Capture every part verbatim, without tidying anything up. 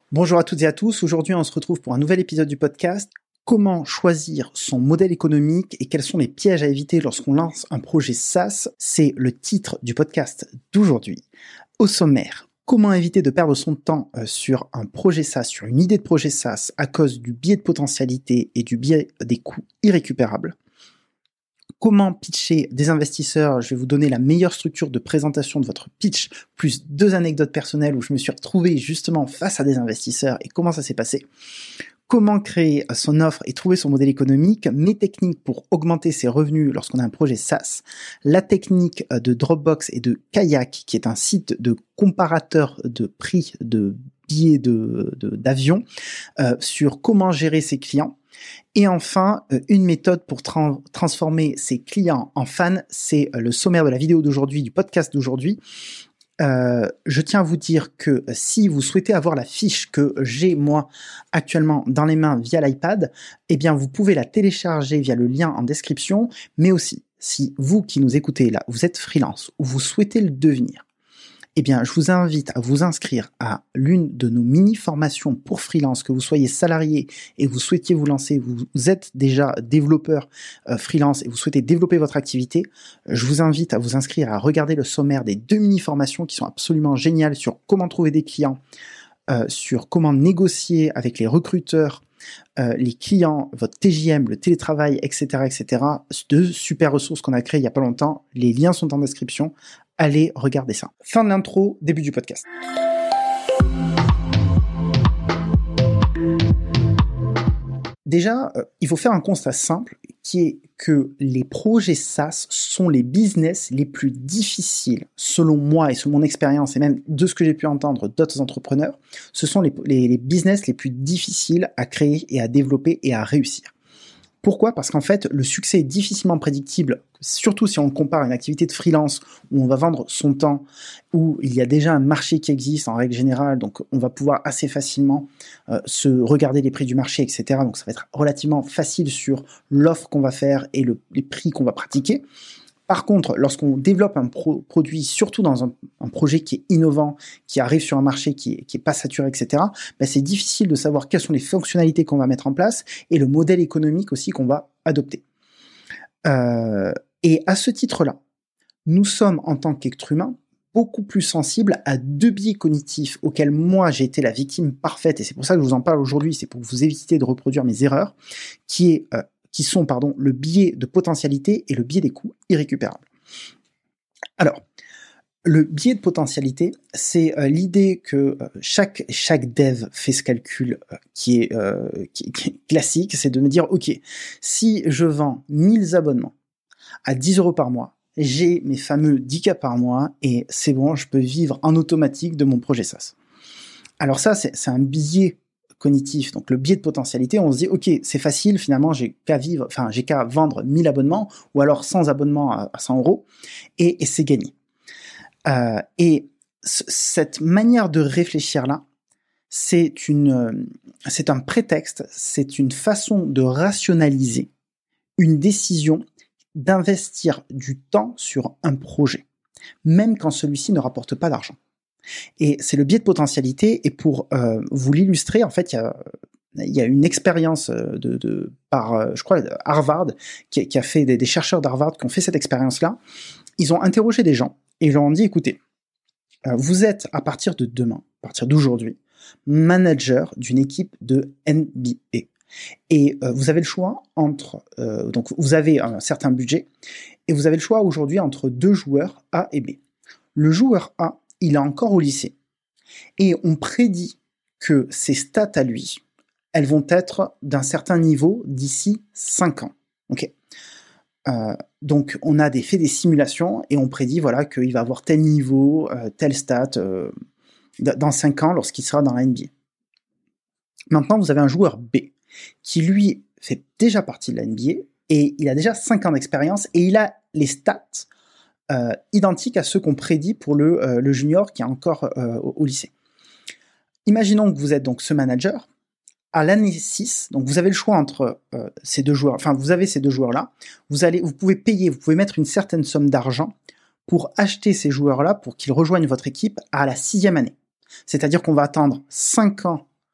Bonjour à toutes et à tous, aujourd'hui on se retrouve pour un nouvel épisode du podcast. Comment choisir son modèle économique et quels sont les pièges à éviter lorsqu'on lance un projet SaaS? C'est le titre du podcast d'aujourd'hui. Au sommaire, comment éviter de perdre son temps sur un projet SaaS, sur une idée de projet SaaS à cause du biais de potentialité et du biais des coûts irrécupérables? Comment pitcher des investisseurs? Je vais vous donner la meilleure structure de présentation de votre pitch, plus deux anecdotes personnelles où je me suis retrouvé justement face à des investisseurs et comment ça s'est passé. Comment créer son offre et trouver son modèle économique, mes techniques pour augmenter ses revenus lorsqu'on a un projet SaaS, la technique de Dropbox et de Kayak, qui est un site de comparateur de prix de billets de, de, d'avion, euh, sur comment gérer ses clients. Et enfin, une méthode pour tra- transformer ses clients en fans, c'est le sommaire de la vidéo d'aujourd'hui, du podcast d'aujourd'hui. Euh, je tiens à vous dire que si vous souhaitez avoir la fiche que j'ai moi actuellement dans les mains via l'iPad, eh bien vous pouvez la télécharger via le lien en description, mais aussi si vous qui nous écoutez là, vous êtes freelance ou vous souhaitez le devenir, eh bien, je vous invite à vous inscrire à l'une de nos mini-formations pour freelance, que vous soyez salarié et vous souhaitiez vous lancer, vous êtes déjà développeur euh, freelance et vous souhaitez développer votre activité, je vous invite à vous inscrire, à regarder le sommaire des deux mini-formations qui sont absolument géniales sur comment trouver des clients, euh, sur comment négocier avec les recruteurs, euh, les clients, votre T J M, le télétravail, et cetera, et cetera. Deux super ressources qu'on a créées il y a pas longtemps. Les liens sont en description. Allez regarder ça. Fin de l'intro, début du podcast. Déjà, euh, il faut faire un constat simple qui est que les projets SaaS sont les business les plus difficiles, selon moi et selon mon expérience et même de ce que j'ai pu entendre d'autres entrepreneurs, ce sont les, les, les business les plus difficiles à créer et à développer et à réussir. Pourquoi ? Parce qu'en fait, le succès est difficilement prédictible, surtout si on compare à une activité de freelance où on va vendre son temps, où il y a déjà un marché qui existe en règle générale, donc on va pouvoir assez facilement euh, se regarder les prix du marché, et cetera. Donc ça va être relativement facile sur l'offre qu'on va faire et le, les prix qu'on va pratiquer. Par contre, lorsqu'on développe un pro- produit, surtout dans un, un projet qui est innovant, qui arrive sur un marché qui est, qui est pas saturé, et cetera, ben c'est difficile de savoir quelles sont les fonctionnalités qu'on va mettre en place et le modèle économique aussi qu'on va adopter. Euh, et à ce titre-là, nous sommes en tant qu'être humain beaucoup plus sensibles à deux biais cognitifs auxquels moi j'ai été la victime parfaite, et c'est pour ça que je vous en parle aujourd'hui, c'est pour vous éviter de reproduire mes erreurs, qui est euh, qui sont pardon, le biais de potentialité et le biais des coûts irrécupérables. Alors, le biais de potentialité, c'est euh, l'idée que euh, chaque, chaque dev fait ce calcul euh, qui, est, euh, qui, qui est classique, c'est de me dire, ok, si je vends mille abonnements à dix euros par mois, j'ai mes fameux dix K par mois et c'est bon, je peux vivre en automatique de mon projet SaaS. Alors ça, c'est, c'est un biais cognitif, donc le biais de potentialité, on se dit ok, c'est facile, finalement j'ai qu'à vivre, enfin j'ai qu'à vendre mille abonnements ou alors cent abonnements à, à cent euros et, et c'est gagné. Euh, et c- cette manière de réfléchir là, c'est une, c'est un prétexte, c'est une façon de rationaliser une décision d'investir du temps sur un projet, même quand celui-ci ne rapporte pas d'argent. Et c'est le biais de potentialité, et pour euh, vous l'illustrer, en fait, il y a, il y a une expérience de, de par, je crois, Harvard, qui, qui a fait des, des chercheurs d'Harvard qui ont fait cette expérience-là. Ils ont interrogé des gens et ils leur ont dit, écoutez, euh, vous êtes à partir de demain, à partir d'aujourd'hui, manager d'une équipe de N B A. Et euh, vous avez le choix entre, euh, donc vous avez un certain budget, et vous avez le choix aujourd'hui entre deux joueurs A et B. Le joueur A, il est encore au lycée. Et on prédit que ses stats à lui, elles vont être d'un certain niveau d'ici cinq ans. Ok. Euh, donc on a des, fait des simulations et on prédit voilà, qu'il va avoir tel niveau, euh, tel stat euh, dans cinq ans lorsqu'il sera dans la N B A. Maintenant, vous avez un joueur B qui, lui, fait déjà partie de la N B A et il a déjà cinq ans d'expérience et il a les stats Euh, identiques à ceux qu'on prédit pour le, euh, le junior qui est encore euh, au, au lycée. Imaginons que vous êtes donc ce manager, à l'année six, donc vous avez le choix entre euh, ces deux joueurs, enfin vous avez ces deux joueurs-là, vous, allez, vous pouvez payer, vous pouvez mettre une certaine somme d'argent pour acheter ces joueurs-là pour qu'ils rejoignent votre équipe à la sixième année. C'est-à-dire qu'on va attendre cinq ans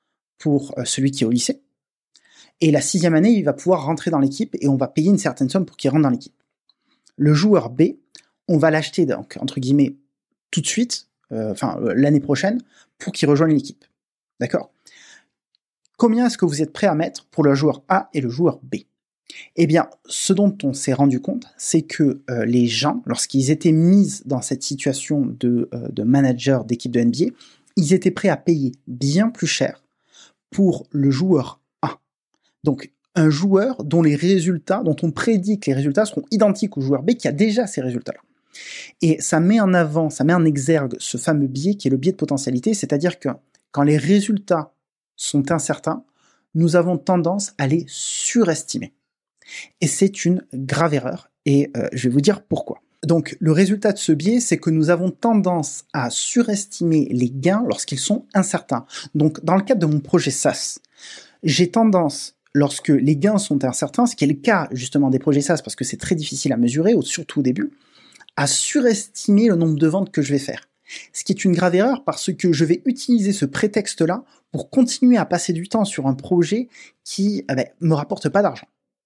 pour euh, celui qui est au lycée. Et la sixième année, il va pouvoir rentrer dans l'équipe et on va payer une certaine somme pour qu'il rentre dans l'équipe. Le joueur B, on va l'acheter, donc, entre guillemets, tout de suite, euh, enfin, euh, l'année prochaine, pour qu'il rejoigne l'équipe. D'accord ? Combien est-ce que vous êtes prêt à mettre pour le joueur A et le joueur B ? Eh bien, ce dont on s'est rendu compte, c'est que euh, les gens, lorsqu'ils étaient mis dans cette situation de, euh, de manager d'équipe de N B A, ils étaient prêts à payer bien plus cher pour le joueur A. Donc, un joueur dont les résultats, dont on prédit que les résultats seront identiques au joueur B qui a déjà ces résultats-là. Et ça met en avant, ça met en exergue ce fameux biais qui est le biais de potentialité, c'est-à-dire que quand les résultats sont incertains, nous avons tendance à les surestimer. Et c'est une grave erreur, et euh, je vais vous dire pourquoi. Donc, le résultat de ce biais, c'est que nous avons tendance à surestimer les gains lorsqu'ils sont incertains. Donc, dans le cadre de mon projet SaaS, j'ai tendance, lorsque les gains sont incertains, ce qui est le cas justement des projets SaaS, parce que c'est très difficile à mesurer, surtout au début, à surestimer le nombre de ventes que je vais faire. Ce qui est une grave erreur parce que je vais utiliser ce prétexte-là pour continuer à passer du temps sur un projet qui eh ben, me rapporte pas d'argent.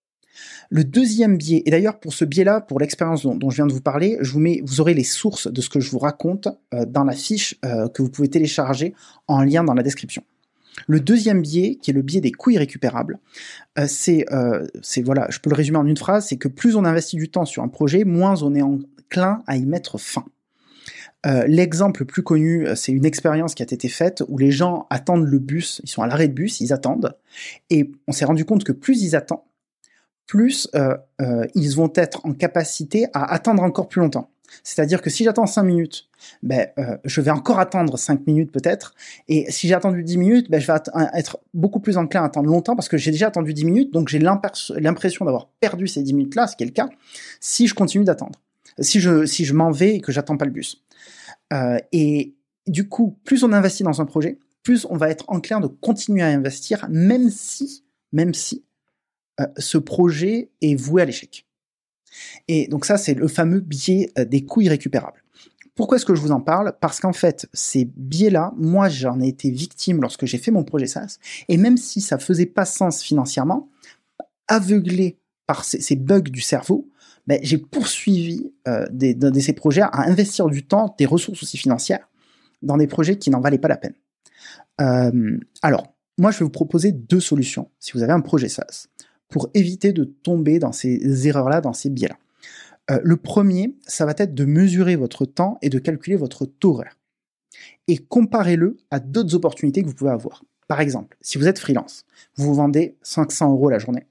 Le deuxième biais, et d'ailleurs pour ce biais-là, pour l'expérience dont, dont je viens de vous parler, je vous mets, vous aurez les sources de ce que je vous raconte euh, dans la fiche euh, que vous pouvez télécharger en lien dans la description. Le deuxième biais, qui est le biais des coûts irrécupérables, euh, c'est, euh, c'est voilà, je peux le résumer en une phrase, c'est que plus on investit du temps sur un projet, moins on est enclin à y mettre fin. Euh, l'exemple le plus connu, c'est une expérience qui a été faite où les gens attendent le bus, ils sont à l'arrêt de bus, ils attendent, et on s'est rendu compte que plus ils attendent, plus euh, euh, ils vont être en capacité à attendre encore plus longtemps. C'est-à-dire que si j'attends cinq minutes, ben, euh, je vais encore attendre cinq minutes peut-être, et si j'ai attendu dix minutes, ben, je vais att- être beaucoup plus enclin à attendre longtemps parce que j'ai déjà attendu dix minutes, donc j'ai l'impression d'avoir perdu ces dix minutes-là, ce qui est le cas, si je continue d'attendre. Si je, si je m'en vais et que j'attends pas le bus. Euh, et du coup, plus on investit dans un projet, plus on va être enclin de continuer à investir, même si, même si euh, ce projet est voué à l'échec. Et donc ça, c'est le fameux biais euh, des coûts irrécupérables. Pourquoi est-ce que je vous en parle ? Parce qu'en fait, ces biais-là, moi, j'en ai été victime lorsque j'ai fait mon projet SaaS, et même si ça faisait pas sens financièrement, aveuglé par ces, ces bugs du cerveau, ben, j'ai poursuivi euh, des, de ces projets à investir du temps, des ressources aussi financières, dans des projets qui n'en valaient pas la peine. Euh, alors, moi, je vais vous proposer deux solutions, si vous avez un projet SaaS, pour éviter de tomber dans ces erreurs-là, dans ces biais-là. Euh, le premier, ça va être de mesurer votre temps et de calculer votre taux horaire. Et comparez-le à d'autres opportunités que vous pouvez avoir. Par exemple, si vous êtes freelance, vous vous vendez cinq cents euros la journée,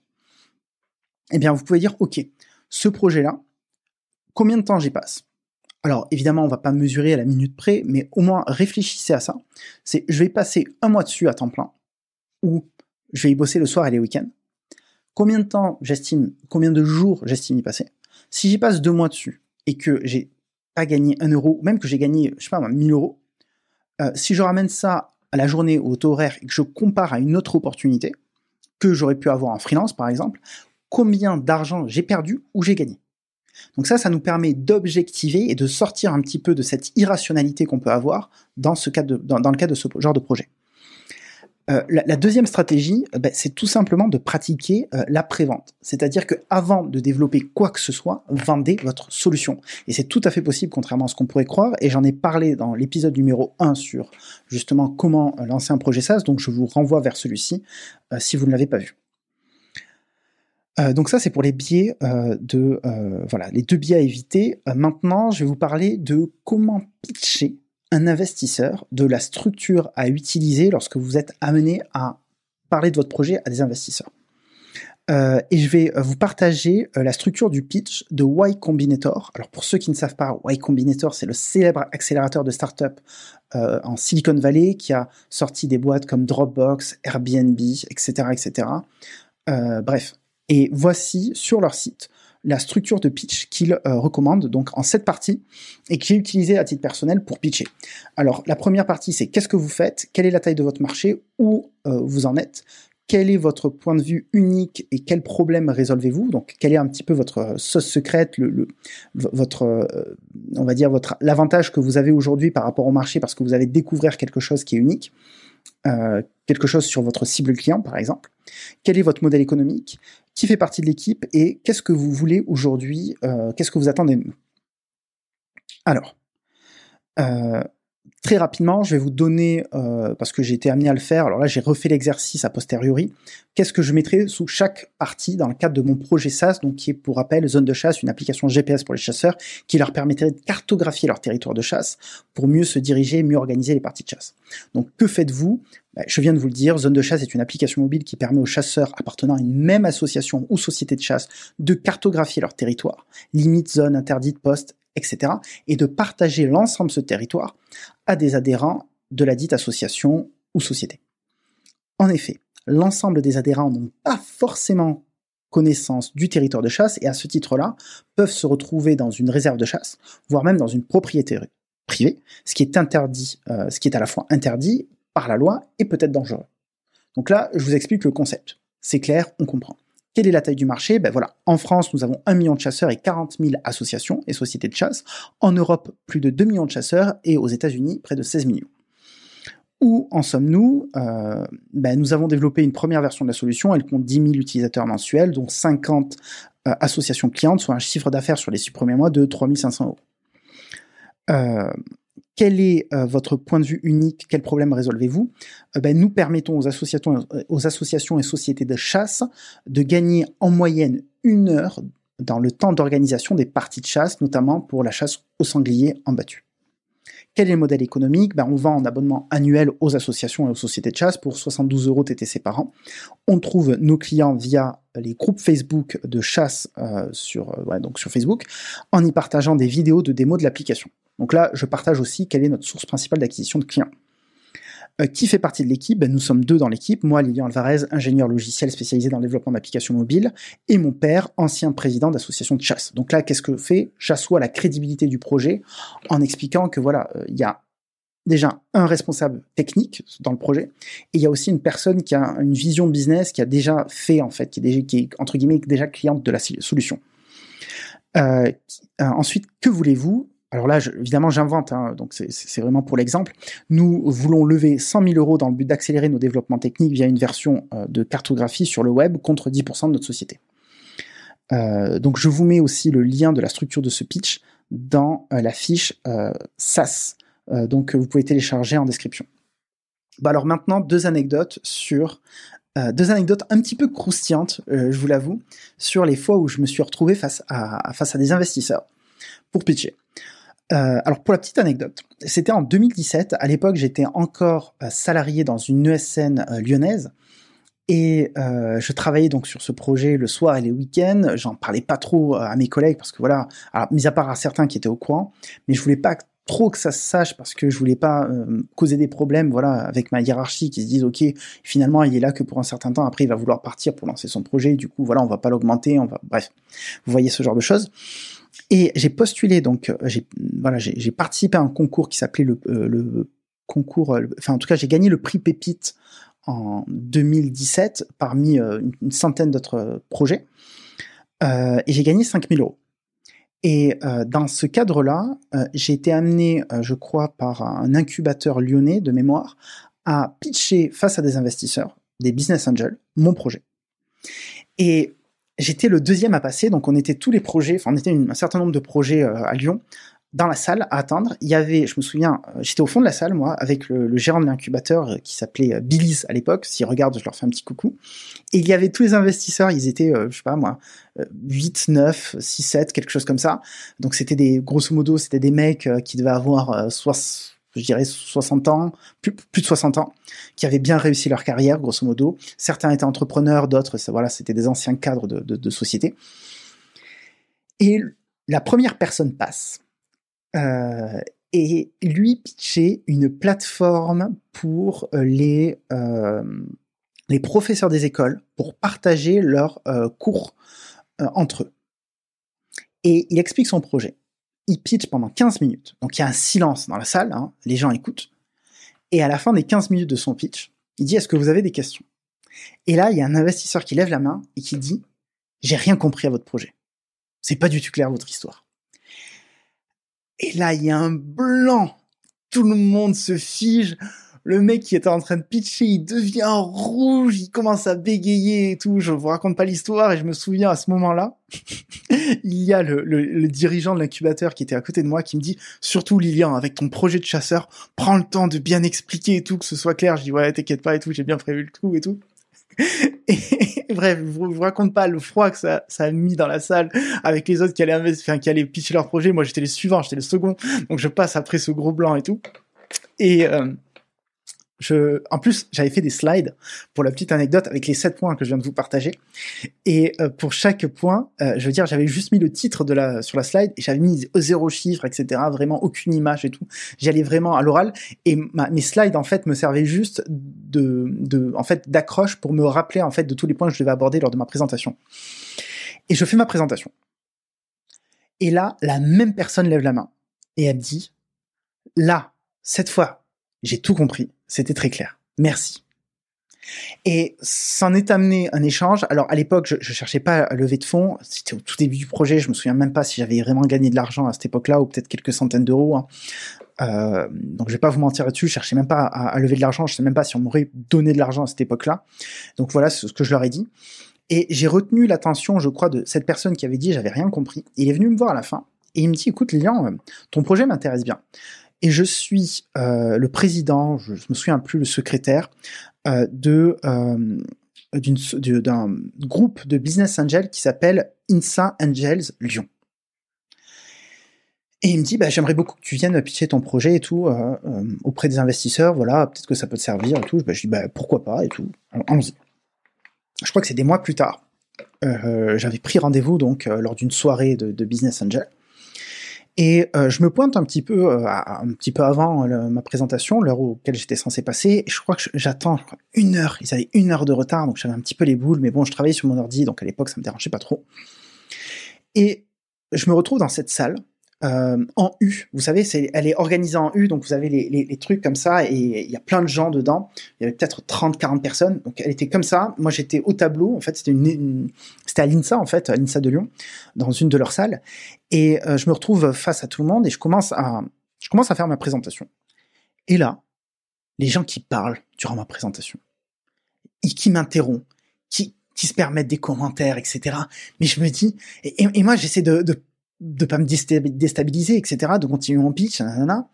eh bien, vous pouvez dire, OK, ce projet-là, combien de temps j'y passe ? Alors, évidemment, on va pas mesurer à la minute près, mais au moins réfléchissez à ça. C'est, je vais passer un mois dessus à temps plein, ou je vais y bosser le soir et les week-ends. Combien de temps j'estime, combien de jours j'estime y passer ? Si j'y passe deux mois dessus et que j'ai pas gagné un euro, ou même que j'ai gagné, je sais pas, mille euros, euh, si je ramène ça à la journée ou au taux horaire et que je compare à une autre opportunité que j'aurais pu avoir en freelance, par exemple, combien d'argent j'ai perdu ou j'ai gagné. Donc ça, ça nous permet d'objectiver et de sortir un petit peu de cette irrationalité qu'on peut avoir dans, ce cas de, dans, dans le cas de ce genre de projet. Euh, la, la deuxième stratégie, ben, c'est tout simplement de pratiquer euh, la prévente. C'est-à-dire que avant de développer quoi que ce soit, vendez votre solution. Et c'est tout à fait possible, contrairement à ce qu'on pourrait croire. Et j'en ai parlé dans l'épisode numéro un sur justement comment euh, lancer un projet SaaS. Donc je vous renvoie vers celui-ci euh, si vous ne l'avez pas vu. Euh, donc ça, c'est pour les biais euh, de euh, voilà, les deux biais à éviter. Euh, maintenant, je vais vous parler de comment pitcher un investisseur, de la structure à utiliser lorsque vous êtes amené à parler de votre projet à des investisseurs. Euh, et je vais vous partager euh, la structure du pitch de Y Combinator. Alors pour ceux qui ne savent pas, Y Combinator, c'est le célèbre accélérateur de start-up euh, en Silicon Valley qui a sorti des boîtes comme Dropbox, Airbnb, et cetera, et cetera. Euh, bref. Et voici sur leur site la structure de pitch qu'ils euh, recommandent, donc en sept parties, et que j'ai utilisé à titre personnel pour pitcher. Alors, la première partie, c'est qu'est-ce que vous faites, quelle est la taille de votre marché, où euh, vous en êtes, quel est votre point de vue unique et quel problème résolvez-vous, donc quelle est un petit peu votre sauce secrète, le, le, votre, euh, on va dire, votre, l'avantage que vous avez aujourd'hui par rapport au marché parce que vous allez découvrir quelque chose qui est unique. euh, quelque chose sur votre cible client, par exemple. Quel est votre modèle économique? Qui fait partie de l'équipe? Et qu'est-ce que vous voulez aujourd'hui? euh, Qu'est-ce que vous attendez de nous? Alors, euh, très rapidement, je vais vous donner, euh, parce que j'ai été amené à le faire, alors là j'ai refait l'exercice a posteriori, qu'est-ce que je mettrai sous chaque partie dans le cadre de mon projet SaaS, donc qui est pour rappel Zone de chasse, une application G P S pour les chasseurs, qui leur permettrait de cartographier leur territoire de chasse pour mieux se diriger, mieux organiser les parties de chasse. Donc que faites-vous? Ben, je viens de vous le dire, Zone de chasse est une application mobile qui permet aux chasseurs appartenant à une même association ou société de chasse de cartographier leur territoire, limites, zones interdites, postes, et cetera, et de partager l'ensemble de ce territoire à des adhérents de la dite association ou société. En effet, l'ensemble des adhérents n'ont pas forcément connaissance du territoire de chasse et à ce titre-là, peuvent se retrouver dans une réserve de chasse, voire même dans une propriété privée, ce qui est interdit, euh, ce qui est à la fois interdit par la loi et peut-être dangereux. Donc là, je vous explique le concept. C'est clair, on comprend. Quelle est la taille du marché? Ben voilà, en France, nous avons un million de chasseurs et quarante mille associations et sociétés de chasse. En Europe, plus de deux millions de chasseurs et aux États-Unis, près de seize millions. Où en sommes-nous? euh, ben Nous avons développé une première version de la solution. Elle compte dix mille utilisateurs mensuels, dont cinquante euh, associations clientes, soit un chiffre d'affaires sur les six premiers mois de trois mille cinq cents euros. Euh, Quel est euh, votre point de vue unique? Quel problème résolvez-vous? euh, ben, Nous permettons aux associations, aux associations et sociétés de chasse de gagner en moyenne une heure dans le temps d'organisation des parties de chasse, notamment pour la chasse au sanglier en battu. Quel est le modèle économique? Ben, on vend en abonnement annuel aux associations et aux sociétés de chasse pour soixante-douze euros T T C par an. On trouve nos clients via les groupes Facebook de chasse euh, sur, euh, ouais, donc sur Facebook, en y partageant des vidéos de démo de l'application. Donc là, je partage aussi quelle est notre source principale d'acquisition de clients. Euh, qui fait partie de l'équipe? Ben, nous sommes deux dans l'équipe, moi, Lilian Alvarez, ingénieur logiciel spécialisé dans le développement d'applications mobiles, et mon père, ancien président d'association de chasse. Donc là, qu'est-ce que fait? J'assois la crédibilité du projet en expliquant que voilà, il euh, y a déjà un responsable technique dans le projet, et il y a aussi une personne qui a une vision business, qui a déjà fait, en fait, qui est, déjà, qui est entre guillemets déjà cliente de la solution. Euh, euh, ensuite, que voulez-vous? Alors là, je, évidemment, j'invente, hein, donc c'est, c'est vraiment pour l'exemple. Nous voulons lever cent mille euros dans le but d'accélérer nos développements techniques via une version euh, de cartographie sur le web contre dix pour cent de notre société. Euh, donc je vous mets aussi le lien de la structure de ce pitch dans euh, la fiche euh, SaaS, euh, donc vous pouvez télécharger en description. Bah alors maintenant, deux anecdotes sur... Euh, deux anecdotes un petit peu croustillantes, euh, je vous l'avoue, sur les fois où je me suis retrouvé face à, face à des investisseurs pour pitcher. Euh, alors pour la petite anecdote, c'était en deux mille dix-sept, à l'époque j'étais encore euh, salarié dans une E S N euh, lyonnaise, et euh, je travaillais donc sur ce projet le soir et les week-ends. J'en parlais pas trop à mes collègues parce que voilà, alors, mis à part à certains qui étaient au courant, mais je voulais pas trop que ça se sache parce que je voulais pas euh, causer des problèmes, voilà, avec ma hiérarchie qui se disent ok, finalement il est là que pour un certain temps, après il va vouloir partir pour lancer son projet, du coup voilà, on va pas l'augmenter, on va, bref, vous voyez ce genre de choses. Et j'ai postulé donc, j'ai voilà, j'ai, j'ai participé à un concours qui s'appelait le, euh, le concours, euh, enfin en tout cas j'ai gagné le prix Pépite en deux mille dix-sept parmi euh, une centaine d'autres projets, euh, et j'ai gagné cinq mille euros. Et euh, dans ce cadre-là, euh, j'ai été amené, euh, je crois, par un incubateur lyonnais de mémoire, à pitcher face à des investisseurs, des business angels, mon projet. Et j'étais le deuxième à passer, donc on était tous les projets, enfin on était une, un certain nombre de projets euh, à Lyon, dans la salle à attendre. Il y avait, je me souviens, euh, j'étais au fond de la salle, moi, avec le, le gérant de l'incubateur euh, qui s'appelait euh, Billy's à l'époque. S'ils regardent, je leur fais un petit coucou. Et il y avait tous les investisseurs, ils étaient, euh, je sais pas moi, euh, huit, neuf, six, sept, quelque chose comme ça. Donc c'était des, grosso modo, c'était des mecs euh, qui devaient avoir euh, soit, je dirais soixante ans, plus, plus de soixante ans, qui avaient bien réussi leur carrière, grosso modo. Certains étaient entrepreneurs, d'autres, ça, voilà, c'était des anciens cadres de, de, de société. Et la première personne passe. Euh, et lui pitchait une plateforme pour les euh, les professeurs des écoles pour partager leurs euh, cours euh, entre eux. Et il explique son projet. Il pitch pendant quinze minutes. Donc il y a un silence dans la salle, hein, les gens écoutent. Et à la fin des quinze minutes de son pitch, il dit « Est-ce que vous avez des questions ?» Et là, il y a un investisseur qui lève la main et qui dit « J'ai rien compris à votre projet. C'est pas du tout clair votre histoire. » Et là, il y a un blanc. Tout le monde se fige. le mec qui était en train de pitcher, il devient rouge, il commence à bégayer et tout. Je vous raconte pas l'histoire et je me souviens à ce moment-là, il y a le, le, le dirigeant de l'incubateur qui était à côté de moi qui me dit « Surtout Lilian, avec ton projet de chasseur, prends le temps de bien expliquer et tout, que ce soit clair. » Je dis « Ouais, t'inquiète pas et tout, j'ai bien prévu le coup et tout. » Et bref, je vous, vous raconte pas le froid que ça, ça a mis dans la salle avec les autres qui allaient, enfin, qui allaient pitcher leur projet. Moi, j'étais le suivant, j'étais le second. Donc, je passe après ce gros blanc et tout. Et, euh, je, en plus, j'avais fait des slides pour la petite anecdote avec les sept points que je viens de vous partager. Et euh, pour chaque point, euh, je veux dire, j'avais juste mis le titre de la sur la slide et j'avais mis zéro chiffre, et cetera. Vraiment aucune image et tout. J'y allais vraiment à l'oral et ma, mes slides en fait me servaient juste de, de, en fait, d'accroche pour me rappeler en fait de tous les points que je devais aborder lors de ma présentation. Et je fais ma présentation. Et là, la même personne lève la main et elle me dit, là, cette fois, j'ai tout compris. C'était très clair. Merci. Et s'en est amené un échange. Alors, à l'époque, je, je cherchais pas à lever de fonds. C'était au tout début du projet. Je me souviens même pas si j'avais vraiment gagné de l'argent à cette époque-là ou peut-être quelques centaines d'euros. Hein. Euh, donc, je vais pas vous mentir là-dessus. Je cherchais même pas à, à lever de l'argent. Je sais même pas si on m'aurait donné de l'argent à cette époque-là. Donc, voilà ce que je leur ai dit. Et j'ai retenu l'attention, je crois, de cette personne qui avait dit j'avais rien compris. Il est venu me voir à la fin et il me dit écoute, Lilian, ton projet m'intéresse bien. Et je suis euh, le président, je, je me souviens plus, le secrétaire euh, de euh, d'une, de, d'un groupe de business angels qui s'appelle INSA Angels Lyon. Et il me dit, bah, j'aimerais beaucoup que tu viennes pitcher ton projet et tout euh, euh, auprès des investisseurs. Voilà, peut-être que ça peut te servir et tout. Bah, je dis, bah, pourquoi pas et tout. Alors, allons-y. Je crois que c'est des mois plus tard. Euh, j'avais pris rendez-vous donc euh, lors d'une soirée de, de business angel. Et euh, je me pointe un petit peu, euh, un petit peu avant le, ma présentation, l'heure auquel j'étais censé passer. Et je crois que je, j'attends je crois, une heure. Ils avaient une heure de retard, donc j'avais un petit peu les boules. Mais bon, je travaillais sur mon ordi, donc à l'époque, ça me dérangeait pas trop. Et je me retrouve dans cette salle euh, en U. Vous savez, c'est, elle est organisée en U, donc vous avez les, les, les trucs comme ça, et il y a plein de gens dedans. Il y avait peut-être trente, quarante personnes. Donc elle était comme ça. Moi, j'étais au tableau. En fait, c'était une, une c'était à l'INSA, en fait, à l'INSA de Lyon, dans une de leurs salles. Et euh, je me retrouve face à tout le monde et je commence à, je commence à faire ma présentation. Et là, les gens qui parlent durant ma présentation, et qui m'interrompent, qui, qui se permettent des commentaires, et cetera. Mais je me dis, et, et moi, j'essaie de, de, de pas me déstabiliser, et cetera, de continuer mon pitch, nanana.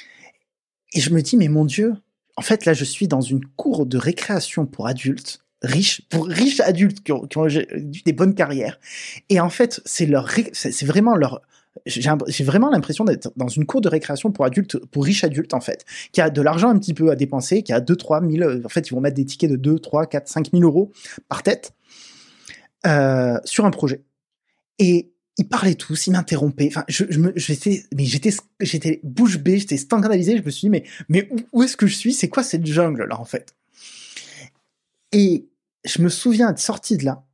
Et je me dis, mais mon Dieu, en fait, là, je suis dans une cour de récréation pour adultes, riches, pour riches adultes qui ont, qui ont des bonnes carrières. Et en fait, c'est leur, c'est, c'est vraiment leur, j'ai, j'ai vraiment l'impression d'être dans une cour de récréation pour adultes, pour riches adultes, en fait, qui a de l'argent un petit peu à dépenser, qui a deux, trois mille, en fait, ils vont mettre des tickets de deux, trois, quatre, cinq mille euros par tête, euh, sur un projet. Et ils parlaient tous, ils m'interrompaient. Enfin, je, je me, j'étais, mais j'étais, j'étais bouche bée, j'étais scandalisé. Je me suis dit, mais, mais où, où est-ce que je suis? C'est quoi cette jungle là, en fait? Et je me souviens être sorti de là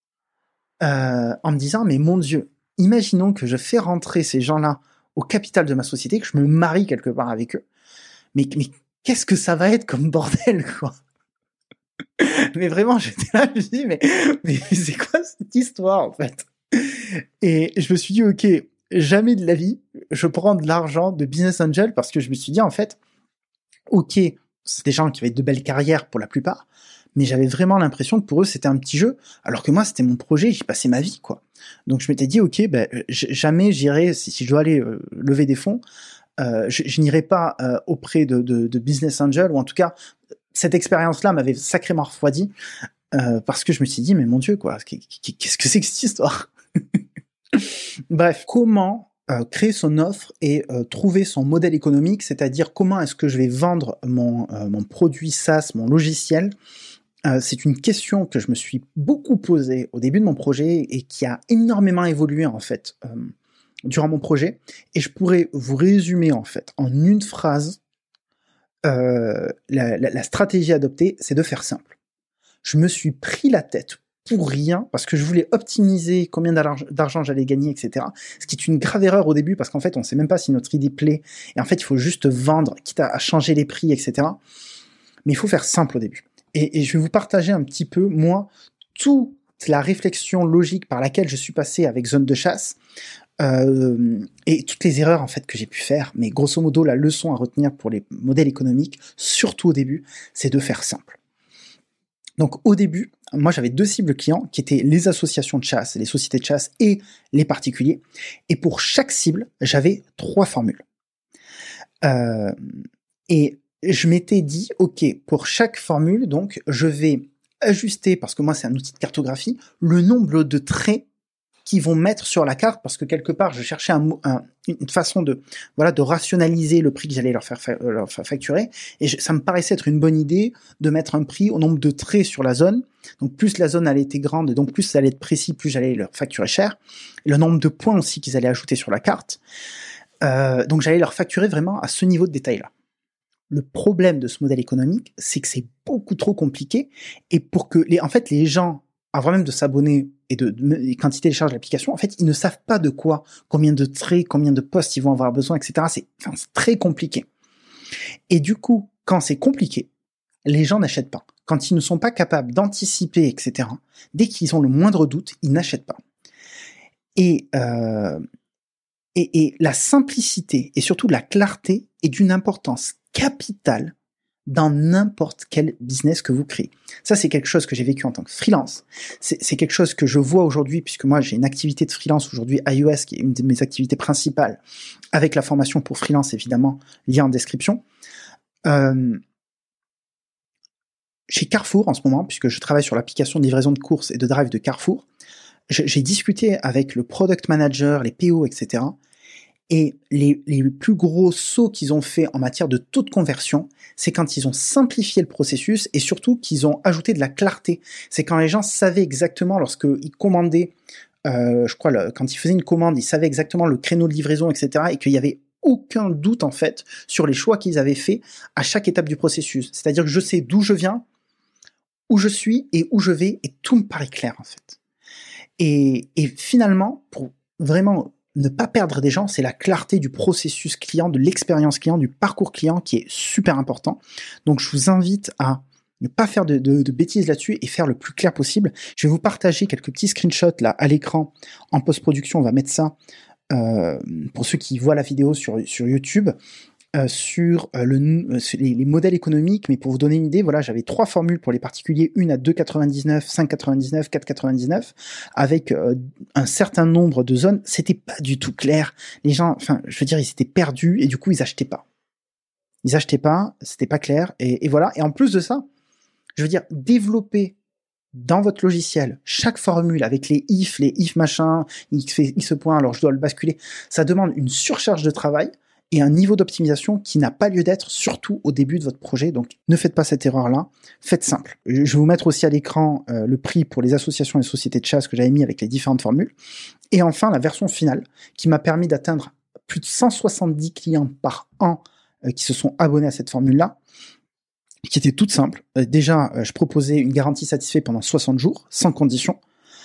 euh, en me disant, mais mon Dieu, imaginons que je fais rentrer ces gens-là au capital de ma société, que je me marie quelque part avec eux. Mais, mais qu'est-ce que ça va être comme bordel, quoi? Mais vraiment, j'étais là, je me suis dit, mais, mais c'est quoi cette histoire, en fait? Et je me suis dit, ok, jamais de la vie, je prends de l'argent de business angel parce que je me suis dit, en fait, ok, c'est des gens qui avaient de belles carrières pour la plupart, mais j'avais vraiment l'impression que pour eux, c'était un petit jeu, alors que moi, c'était mon projet, j'y passais ma vie, quoi. Donc je m'étais dit, ok, ben, jamais j'irai, si, si je dois aller euh, lever des fonds, euh, je, je n'irai pas euh, auprès de, de, de business angel, ou en tout cas, cette expérience-là m'avait sacrément refroidi, euh, parce que je me suis dit, mais mon Dieu, quoi, qu'est-ce que c'est que cette histoire? Bref, comment euh, créer son offre et euh, trouver son modèle économique, c'est-à-dire comment est-ce que je vais vendre mon, euh, mon produit SaaS, mon logiciel, euh, c'est une question que je me suis beaucoup posée au début de mon projet et qui a énormément évolué en fait euh, durant mon projet, et je pourrais vous résumer en fait en une phrase euh, la, la, la stratégie adoptée, c'est de faire simple. Je me suis pris la tête pour rien, parce que je voulais optimiser combien d'argent j'allais gagner, et cetera. Ce qui est une grave erreur au début, parce qu'en fait, on sait même pas si notre idée plaît, et en fait, il faut juste vendre, quitte à changer les prix, et cetera. Mais il faut faire simple au début. Et, et je vais vous partager un petit peu, moi, toute la réflexion logique par laquelle je suis passé avec Zone de Chasse, euh, et toutes les erreurs en fait que j'ai pu faire. Mais grosso modo, la leçon à retenir pour les modèles économiques, surtout au début, c'est de faire simple. Donc au début, moi j'avais deux cibles clients qui étaient les associations de chasse, les sociétés de chasse et les particuliers. Et pour chaque cible, j'avais trois formules. Euh, et je m'étais dit, ok, pour chaque formule, donc je vais ajuster, parce que moi c'est un outil de cartographie, le nombre de traits qui vont mettre sur la carte, parce que quelque part je cherchais un, un, une façon de voilà de rationaliser le prix que j'allais leur faire, fa- leur faire facturer, et je, ça me paraissait être une bonne idée de mettre un prix au nombre de traits sur la zone. Donc plus la zone allait être grande, et donc plus ça allait être précis, plus j'allais leur facturer cher. Et le nombre de points aussi qu'ils allaient ajouter sur la carte. Euh, donc j'allais leur facturer vraiment à ce niveau de détail-là. Le problème de ce modèle économique, c'est que c'est beaucoup trop compliqué, et pour que les, en fait, les gens, avant même de s'abonner et de, de et quand ils téléchargent l'application, en fait, ils ne savent pas de quoi, combien de traits, combien de postes ils vont avoir besoin, et cetera. C'est, enfin, c'est très compliqué. Et du coup, quand c'est compliqué, les gens n'achètent pas. Quand ils ne sont pas capables d'anticiper, et cetera, dès qu'ils ont le moindre doute, ils n'achètent pas. Et, euh, et, et la simplicité et surtout la clarté est d'une importance capitale dans n'importe quel business que vous créez. Ça, c'est quelque chose que j'ai vécu en tant que freelance. C'est, c'est quelque chose que je vois aujourd'hui, puisque moi, j'ai une activité de freelance aujourd'hui, iOS, qui est une de mes activités principales, avec la formation pour freelance, évidemment, lien en description. Euh, chez Carrefour, en ce moment, puisque je travaille sur l'application de livraison de courses et de drive de Carrefour, je, j'ai discuté avec le product manager, les P O, et cetera, et les, les plus gros sauts qu'ils ont fait en matière de taux de conversion, c'est quand ils ont simplifié le processus et surtout qu'ils ont ajouté de la clarté. C'est quand les gens savaient exactement, lorsqu'ils commandaient, euh, je crois, le, quand ils faisaient une commande, ils savaient exactement le créneau de livraison, et cetera, et qu'il y avait aucun doute, en fait, sur les choix qu'ils avaient faits à chaque étape du processus. C'est-à-dire que je sais d'où je viens, où je suis et où je vais, et tout me paraît clair, en fait. Et, et finalement, pour vraiment ne pas perdre des gens, c'est la clarté du processus client, de l'expérience client, du parcours client qui est super important. Donc je vous invite à ne pas faire de, de, de bêtises là-dessus et faire le plus clair possible. Je vais vous partager quelques petits screenshots là à l'écran en post-production. On va mettre ça euh, pour ceux qui voient la vidéo sur, sur YouTube. Euh, sur, euh, le, euh, sur les, les modèles économiques, mais pour vous donner une idée, voilà, j'avais trois formules pour les particuliers, une à deux quatre-vingt-dix-neuf, cinq quatre-vingt-dix-neuf, quatre quatre-vingt-dix-neuf, avec euh, un certain nombre de zones. C'était pas du tout clair. Les gens, enfin, je veux dire, ils étaient perdus et du coup, ils achetaient pas. Ils achetaient pas, c'était pas clair, et, et voilà. Et en plus de ça, je veux dire, développer dans votre logiciel chaque formule avec les if, les if machin, il fait il se point, alors je dois le basculer. Ça demande une surcharge de travail et un niveau d'optimisation qui n'a pas lieu d'être, surtout au début de votre projet. Donc, ne faites pas cette erreur-là. Faites simple. Je vais vous mettre aussi à l'écran euh, le prix pour les associations et sociétés de chasse que j'avais mis avec les différentes formules. Et enfin, la version finale, qui m'a permis d'atteindre plus de cent soixante-dix clients par an euh, qui se sont abonnés à cette formule-là, qui était toute simple. Euh, déjà, euh, je proposais une garantie satisfaite pendant soixante jours, sans condition.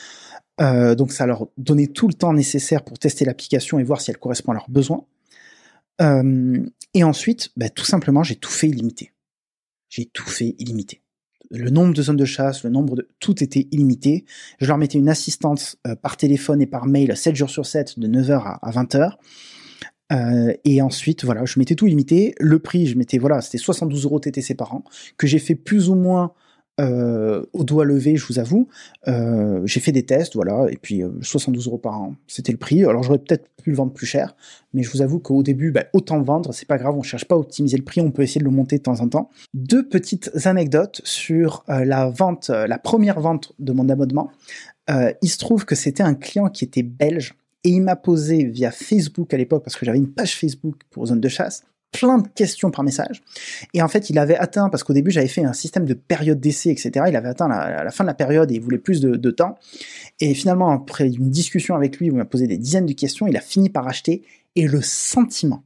Euh, donc, ça leur donnait tout le temps nécessaire pour tester l'application et voir si elle correspond à leurs besoins. Euh, et ensuite, bah, tout simplement, j'ai tout fait illimité. J'ai tout fait illimité. Le nombre de zones de chasse, le nombre de... Tout était illimité. Je leur mettais une assistante euh, par téléphone et par mail sept jours sur sept, de neuf heures à vingt heures. Euh, et ensuite, voilà, je mettais tout illimité. Le prix, je mettais, voilà, c'était soixante-douze euros T T C par an, que j'ai fait plus ou moins euh, au doigt levé, je vous avoue. Euh, j'ai fait des tests, voilà, et puis euh, soixante-douze euros par an, c'était le prix. Alors j'aurais peut-être pu le vendre plus cher, mais je vous avoue qu'au début, bah, autant vendre, c'est pas grave, on cherche pas à optimiser le prix, on peut essayer de le monter de temps en temps. Deux petites anecdotes sur euh, la vente, euh, la première vente de mon abonnement. Euh, il se trouve que c'était un client qui était belge, et il m'a posé via Facebook à l'époque, parce que j'avais une page Facebook pour Zone de Chasse, plein de questions par message. Et en fait, il avait atteint, parce qu'au début, j'avais fait un système de période d'essai, et cetera. Il avait atteint la, la fin de la période et il voulait plus de, de temps. Et finalement, après une discussion avec lui, où il m'a posé des dizaines de questions, il a fini par acheter. Et le sentiment,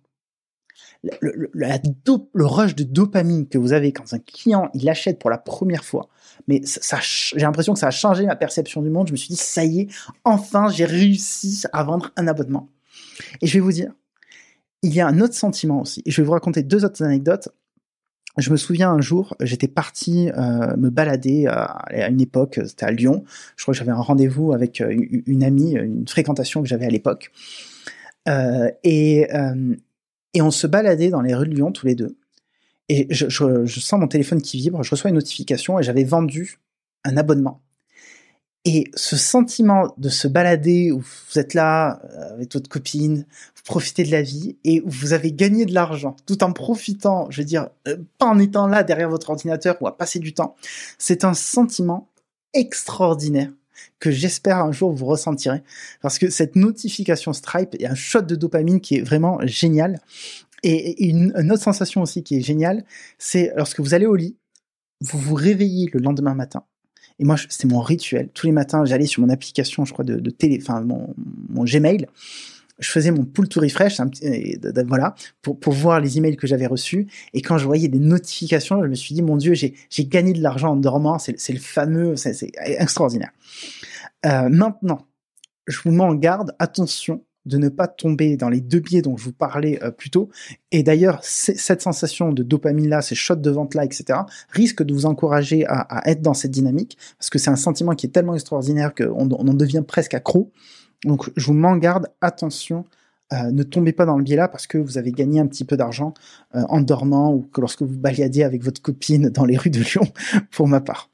le, le, la dope, le rush de dopamine que vous avez quand un client, il achète pour la première fois, mais ça, ça, j'ai l'impression que ça a changé ma perception du monde. Je me suis dit, ça y est, enfin, j'ai réussi à vendre un abonnement. Et je vais vous dire, il y a un autre sentiment aussi. Et je vais vous raconter deux autres anecdotes. Je me souviens un jour, j'étais parti euh, me balader à, à une époque, c'était à Lyon. Je crois que j'avais un rendez-vous avec une, une amie, une fréquentation que j'avais à l'époque. Euh, et, euh, et on se baladait dans les rues de Lyon tous les deux. Et je, je, je sens mon téléphone qui vibre, je reçois une notification et j'avais vendu un abonnement. Et ce sentiment de se balader où vous êtes là avec votre copine, vous profitez de la vie et vous avez gagné de l'argent tout en profitant, je veux dire, pas en étant là derrière votre ordinateur ou à passer du temps. C'est un sentiment extraordinaire que j'espère un jour vous ressentirez parce que cette notification Stripe est un shot de dopamine qui est vraiment génial. Et une, une autre sensation aussi qui est géniale, c'est lorsque vous allez au lit, vous vous réveillez le lendemain matin. Et moi, c'était mon rituel. Tous les matins, j'allais sur mon application, je crois, de, de télé, enfin, mon, mon Gmail. Je faisais mon pull to refresh, hein, et de, de, voilà, pour, pour voir les emails que j'avais reçus. Et quand je voyais des notifications, je me suis dit, mon Dieu, j'ai, j'ai gagné de l'argent en dormant. C'est, c'est le fameux, c'est, c'est extraordinaire. Euh, maintenant, je vous mets en garde, attention de ne pas tomber dans les deux biais dont je vous parlais euh, plus tôt. Et d'ailleurs, cette sensation de dopamine-là, ces shots de vente-là, et cetera, risque de vous encourager à, à être dans cette dynamique, parce que c'est un sentiment qui est tellement extraordinaire qu'on on en devient presque accro. Donc, je vous mets en garde, attention, euh, ne tombez pas dans le biais-là, parce que vous avez gagné un petit peu d'argent euh, en dormant, ou que lorsque vous baladez avec votre copine dans les rues de Lyon, pour ma part.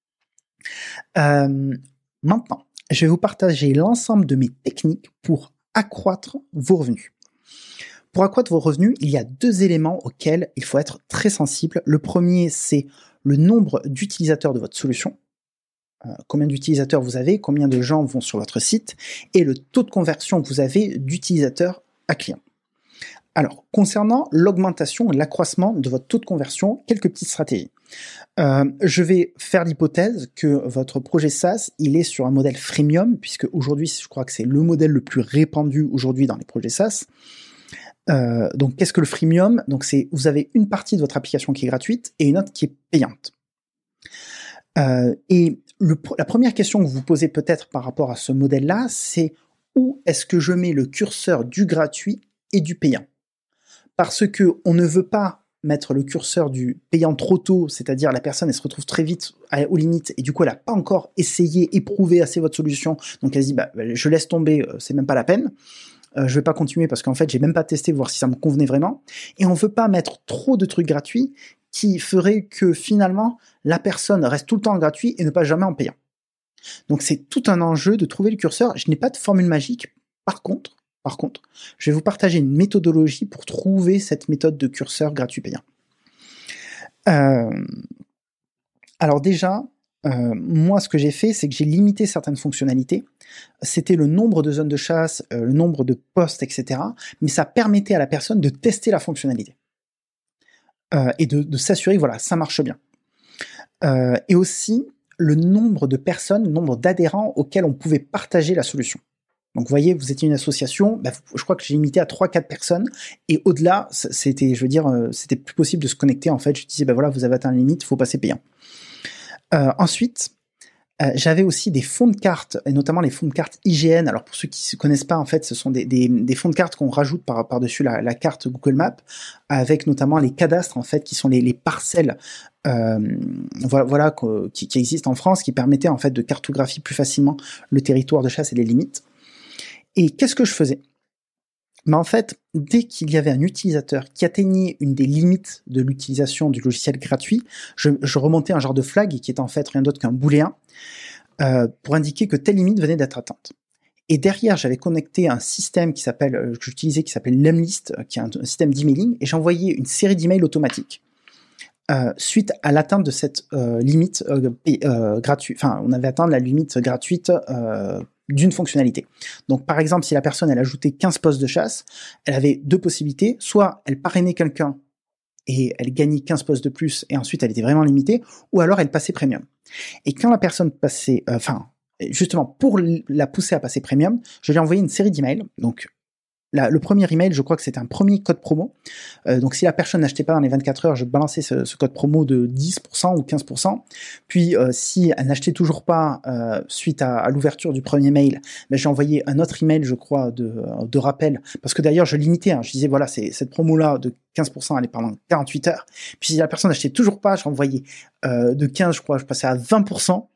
Euh, maintenant, je vais vous partager l'ensemble de mes techniques pour accroître vos revenus. Pour accroître vos revenus, il y a deux éléments auxquels il faut être très sensible. Le premier, c'est le nombre d'utilisateurs de votre solution. Euh, combien d'utilisateurs vous avez, combien de gens vont sur votre site, et le taux de conversion que vous avez d'utilisateurs à clients. Alors, concernant l'augmentation et l'accroissement de votre taux de conversion, quelques petites stratégies. Euh, je vais faire l'hypothèse que votre projet SaaS, il est sur un modèle freemium, puisque aujourd'hui, je crois que c'est le modèle le plus répandu aujourd'hui dans les projets SaaS. Euh, donc, qu'est-ce que le freemium ? Donc, c'est vous avez une partie de votre application qui est gratuite et une autre qui est payante. Euh, et le, la première question que vous vous posez peut-être par rapport à ce modèle-là, c'est où est-ce que je mets le curseur du gratuit et du payant ? Parce que on ne veut pas mettre le curseur du payant trop tôt, c'est-à-dire la personne elle se retrouve très vite à, aux limites et du coup elle n'a pas encore essayé, éprouvé assez votre solution, donc elle se dit bah, je laisse tomber, c'est même pas la peine, euh, je vais pas continuer parce qu'en fait j'ai même pas testé voir si ça me convenait vraiment, et on veut pas mettre trop de trucs gratuits qui feraient que finalement la personne reste tout le temps en gratuit et ne passe jamais en payant. Donc c'est tout un enjeu de trouver le curseur. Je n'ai pas de formule magique, par contre Par contre, je vais vous partager une méthodologie pour trouver cette méthode de curseur gratuit payant. Euh, alors déjà, euh, moi ce que j'ai fait, c'est que j'ai limité certaines fonctionnalités. C'était le nombre de zones de chasse, euh, le nombre de postes, et cetera. Mais ça permettait à la personne de tester la fonctionnalité. Euh, et de, de s'assurer que voilà, ça marche bien. Euh, et aussi, le nombre de personnes, le nombre d'adhérents auxquels on pouvait partager la solution. Donc, vous voyez, vous étiez une association, bah, je crois que j'ai limité à trois quatre personnes, et au-delà, c'était, je veux dire, c'était plus possible de se connecter, en fait. Je disais, bah voilà, vous avez atteint la limite, il faut passer payant. Euh, ensuite, euh, j'avais aussi des fonds de cartes, et notamment les fonds de cartes I G N. Alors, pour ceux qui ne connaissent pas, en fait, ce sont des, des, des fonds de cartes qu'on rajoute par, par-dessus la, la carte Google Maps, avec notamment les cadastres, en fait, qui sont les, les parcelles Euh, voilà, voilà qui, qui existent en France, qui permettaient en fait de cartographier plus facilement le territoire de chasse et les limites. Et qu'est-ce que je faisais ? Ben en fait, dès qu'il y avait un utilisateur qui atteignait une des limites de l'utilisation du logiciel gratuit, je, je remontais un genre de flag qui est en fait rien d'autre qu'un booléen euh, pour indiquer que telle limite venait d'être atteinte. Et derrière, j'avais connecté un système qui s'appelle, euh, que j'utilisais, qui s'appelle Lemlist, qui est un, un système d'emailing, et j'envoyais une série d'emails automatiques. Euh, suite à l'atteinte de cette euh, limite euh, euh, gratuite, enfin, on avait atteint la limite gratuite euh, d'une fonctionnalité. Donc, par exemple, si la personne, elle ajoutait quinze postes de chasse, elle avait deux possibilités. Soit elle parrainait quelqu'un et elle gagnait quinze postes de plus et ensuite elle était vraiment limitée, ou alors elle passait premium. Et quand la personne passait, euh, enfin, justement, pour la pousser à passer premium, je lui ai envoyé une série d'emails, donc La, le premier email, je crois que c'était un premier code promo. Euh, donc, si la personne n'achetait pas dans les vingt-quatre heures, je balançais ce, ce code promo de dix pour cent ou quinze pour cent. Puis, euh, si elle n'achetait toujours pas euh, suite à, à l'ouverture du premier mail, ben, j'ai envoyé un autre email, je crois, de, de rappel. Parce que d'ailleurs, je limitais. Hein, je disais, voilà, c'est, cette promo-là de quinze pour cent, elle est pendant quarante-huit heures. Puis, si la personne n'achetait toujours pas, je renvoyais euh, de quinze, je crois, je passais à vingt pour cent.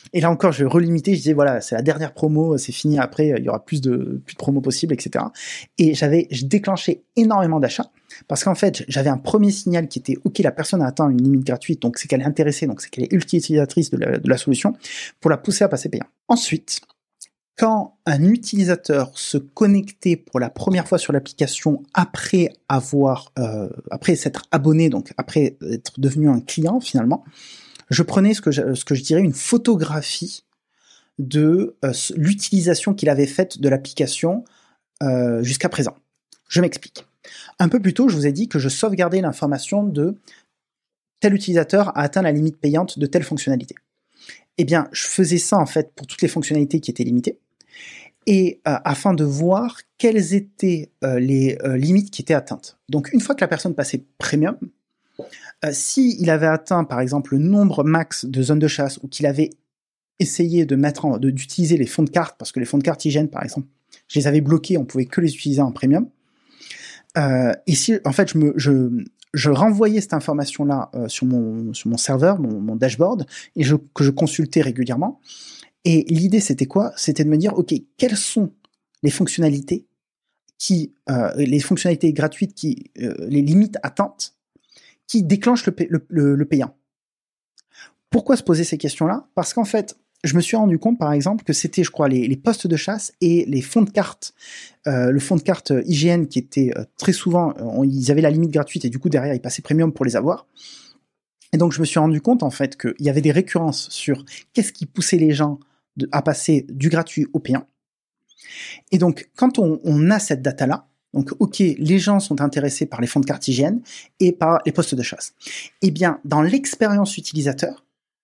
Et là encore, je relimitais, je disais, voilà, c'est la dernière promo, c'est fini, après, il y aura plus de, plus de promos possibles, et cetera. Et j'avais, je déclenchais énormément d'achats, parce qu'en fait, j'avais un premier signal qui était, OK, la personne a atteint une limite gratuite, donc c'est qu'elle est intéressée, donc c'est qu'elle est utilisatrice de la, de la solution, pour la pousser à passer payant. Ensuite, quand un utilisateur se connectait pour la première fois sur l'application après avoir, euh, après s'être abonné, donc après être devenu un client finalement, je prenais ce que je, ce que je dirais une photographie de euh, l'utilisation qu'il avait faite de l'application euh, jusqu'à présent. Je m'explique. Un peu plus tôt, je vous ai dit que je sauvegardais l'information de tel utilisateur a atteint la limite payante de telle fonctionnalité. Eh bien, je faisais ça en fait pour toutes les fonctionnalités qui étaient limitées, et euh, afin de voir quelles étaient euh, les euh, limites qui étaient atteintes. Donc, une fois que la personne passait premium, Euh, si il avait atteint, par exemple, le nombre max de zones de chasse, ou qu'il avait essayé de mettre en, de, d'utiliser les fonds de carte, parce que les fonds de carte I G N, par exemple, je les avais bloqués, on pouvait que les utiliser en premium. Euh, ici, en fait, je me, je, je renvoyais cette information-là euh, sur mon, sur mon serveur, mon, mon dashboard, et je, que je consultais régulièrement. Et l'idée, c'était quoi? C'était de me dire, OK, quelles sont les fonctionnalités qui, euh, les fonctionnalités gratuites qui, euh, les limites atteintes, qui déclenche le, le, le, le payant. Pourquoi se poser ces questions-là? Parce qu'en fait, je me suis rendu compte, par exemple, que c'était, je crois, les, les postes de chasse et les fonds de carte, euh, le fonds de carte I G N qui était euh, très souvent, euh, ils avaient la limite gratuite et du coup, derrière, ils passaient premium pour les avoir. Et donc, je me suis rendu compte, en fait, qu'il y avait des récurrences sur qu'est-ce qui poussait les gens de, à passer du gratuit au payant. Et donc, quand on, on a cette data-là, donc, OK, les gens sont intéressés par les fonds de carte I G N et par les postes de chasse. Eh bien, dans l'expérience utilisateur,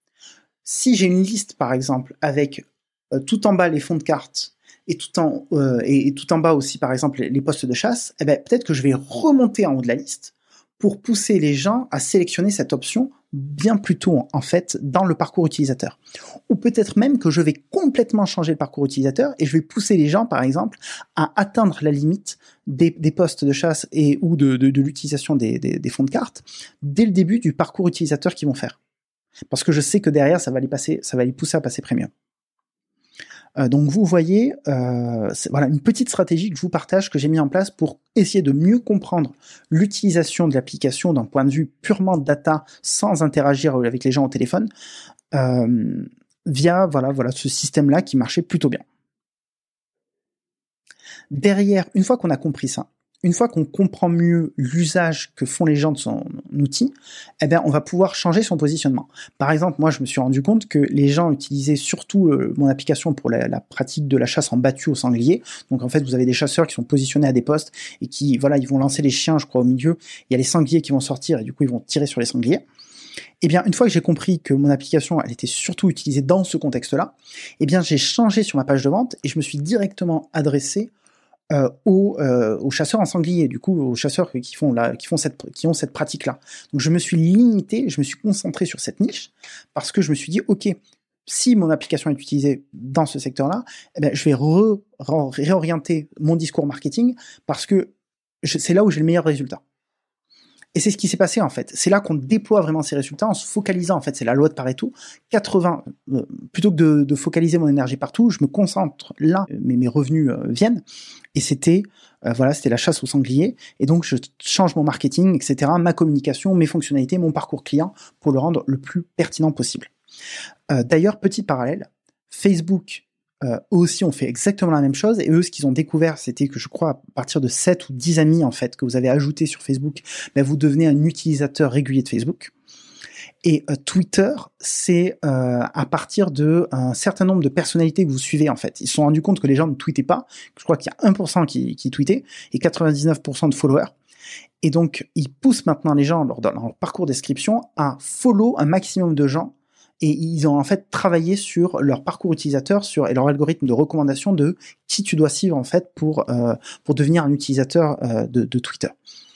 si j'ai une liste, par exemple, avec euh, tout en bas les fonds de carte et tout en, euh, et, et tout en bas aussi, par exemple, les, les postes de chasse, eh bien, peut-être que je vais remonter en haut de la liste pour pousser les gens à sélectionner cette option bien plus tôt, en fait, dans le parcours utilisateur. Ou peut-être même que je vais complètement changer le parcours utilisateur et je vais pousser les gens, par exemple, à atteindre la limite des, des postes de chasse et ou de, de, de l'utilisation des, des, des fonds de carte dès le début du parcours utilisateur qu'ils vont faire. Parce que je sais que derrière, ça va les passer, ça va les pousser à passer premium. Euh, donc vous voyez, euh, c'est, voilà une petite stratégie que je vous partage, que j'ai mis en place pour essayer de mieux comprendre l'utilisation de l'application d'un point de vue purement data, sans interagir avec les gens au téléphone, euh, via voilà, voilà ce système-là qui marchait plutôt bien. Derrière, une fois qu'on a compris ça, une fois qu'on comprend mieux l'usage que font les gens de son outil, eh bien, on va pouvoir changer son positionnement. Par exemple, moi, je me suis rendu compte que les gens utilisaient surtout euh, mon application pour la, la pratique de la chasse en battu au sanglier. Donc, en fait, vous avez des chasseurs qui sont positionnés à des postes et qui, voilà, ils vont lancer les chiens, je crois, au milieu. Il y a les sangliers qui vont sortir et du coup, ils vont tirer sur les sangliers. Eh bien, une fois que j'ai compris que mon application, elle était surtout utilisée dans ce contexte-là, eh bien, j'ai changé sur ma page de vente et je me suis directement adressé Euh, aux, euh, aux chasseurs en sanglier, du coup aux chasseurs qui font la, qui font cette, qui ont cette pratique-là. Donc je me suis limité, je me suis concentré sur cette niche parce que je me suis dit, ok, si mon application est utilisée dans ce secteur-là, eh ben, je vais re, re, réorienter mon discours marketing parce que je, c'est là où j'ai le meilleur résultat. Et c'est ce qui s'est passé en fait. C'est là qu'on déploie vraiment ces résultats en se focalisant. En fait, c'est la loi de Pareto. quatre-vingts euh, plutôt que de, de focaliser mon énergie partout, je me concentre là, mais mes revenus euh, viennent. Et c'était euh, voilà, c'était la chasse au sanglier. Et donc je change mon marketing, et cetera, ma communication, mes fonctionnalités, mon parcours client pour le rendre le plus pertinent possible. Euh, d'ailleurs, petit parallèle, Facebook. Euh, eux aussi ont fait exactement la même chose et eux ce qu'ils ont découvert c'était que je crois à partir de sept ou dix amis en fait que vous avez ajouté sur Facebook, ben, vous devenez un utilisateur régulier de Facebook. Et euh, Twitter, c'est euh, à partir de un certain nombre de personnalités que vous suivez en fait. Ils se sont rendus compte que les gens ne tweetaient pas, je crois qu'il y a un pour cent qui, qui tweetaient et quatre-vingt-dix-neuf pour cent de followers. Et donc ils poussent maintenant les gens dans leur parcours description à follow un maximum de gens. Et ils ont en fait travaillé sur leur parcours utilisateur, sur et leur algorithme de recommandation de qui tu dois suivre en fait pour euh, pour devenir un utilisateur euh, de, de Twitter.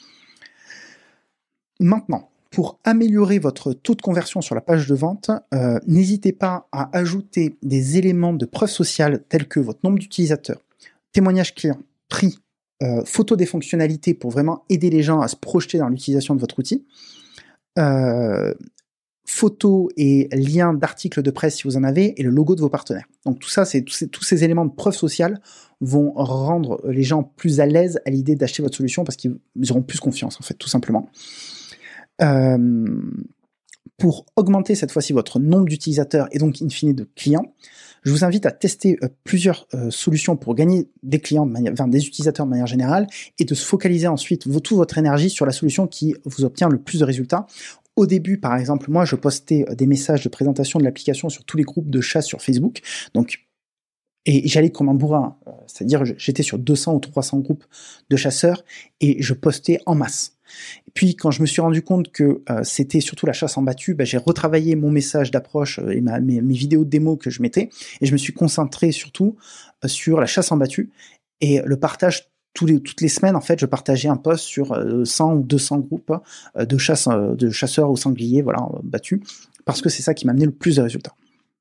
Maintenant, pour améliorer votre taux de conversion sur la page de vente, euh, n'hésitez pas à ajouter des éléments de preuve sociale tels que votre nombre d'utilisateurs, témoignage client, prix, euh, photo des fonctionnalités pour vraiment aider les gens à se projeter dans l'utilisation de votre outil. Euh, photos et liens d'articles de presse si vous en avez, et le logo de vos partenaires. Donc tout ça, c'est tous ces, tous ces éléments de preuve sociale vont rendre les gens plus à l'aise à l'idée d'acheter votre solution parce qu'ils auront plus confiance, en fait, tout simplement. Euh, pour augmenter cette fois-ci votre nombre d'utilisateurs et donc in fine de clients, je vous invite à tester euh, plusieurs euh, solutions pour gagner des clients, de manière, enfin, des utilisateurs de manière générale, et de se focaliser ensuite vos, toute votre énergie sur la solution qui vous obtient le plus de résultats. Au début, par exemple, moi, je postais des messages de présentation de l'application sur tous les groupes de chasse sur Facebook, donc et j'allais comme un bourrin, c'est-à-dire j'étais sur deux cents ou trois cents groupes de chasseurs et je postais en masse. Et puis quand je me suis rendu compte que euh, c'était surtout la chasse en battu, bah, j'ai retravaillé mon message d'approche et ma, mes, mes vidéos de démo que je mettais, et je me suis concentré surtout euh, sur la chasse en battu et le partage. Tous les, toutes les semaines, en fait, je partageais un post sur euh, cent ou deux cents groupes euh, de, chasse, euh, de chasseurs au sanglier, voilà, euh, battus, parce que c'est ça qui m'a amené le plus de résultats.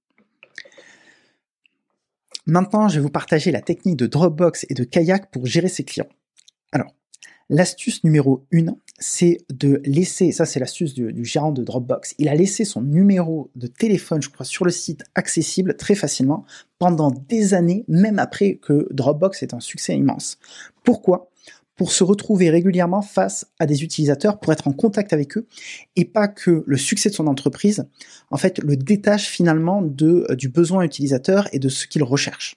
Maintenant, je vais vous partager la technique de Dropbox et de Kayak pour gérer ses clients. Alors, l'astuce numéro un, c'est de laisser, ça c'est l'astuce du, du gérant de Dropbox, il a laissé son numéro de téléphone, je crois, sur le site accessible très facilement pendant des années, même après que Dropbox est un succès immense. Pourquoi ? Pour se retrouver régulièrement face à des utilisateurs, pour être en contact avec eux, et pas que le succès de son entreprise, en fait, le détache finalement de, euh, du besoin utilisateur et de ce qu'il recherche.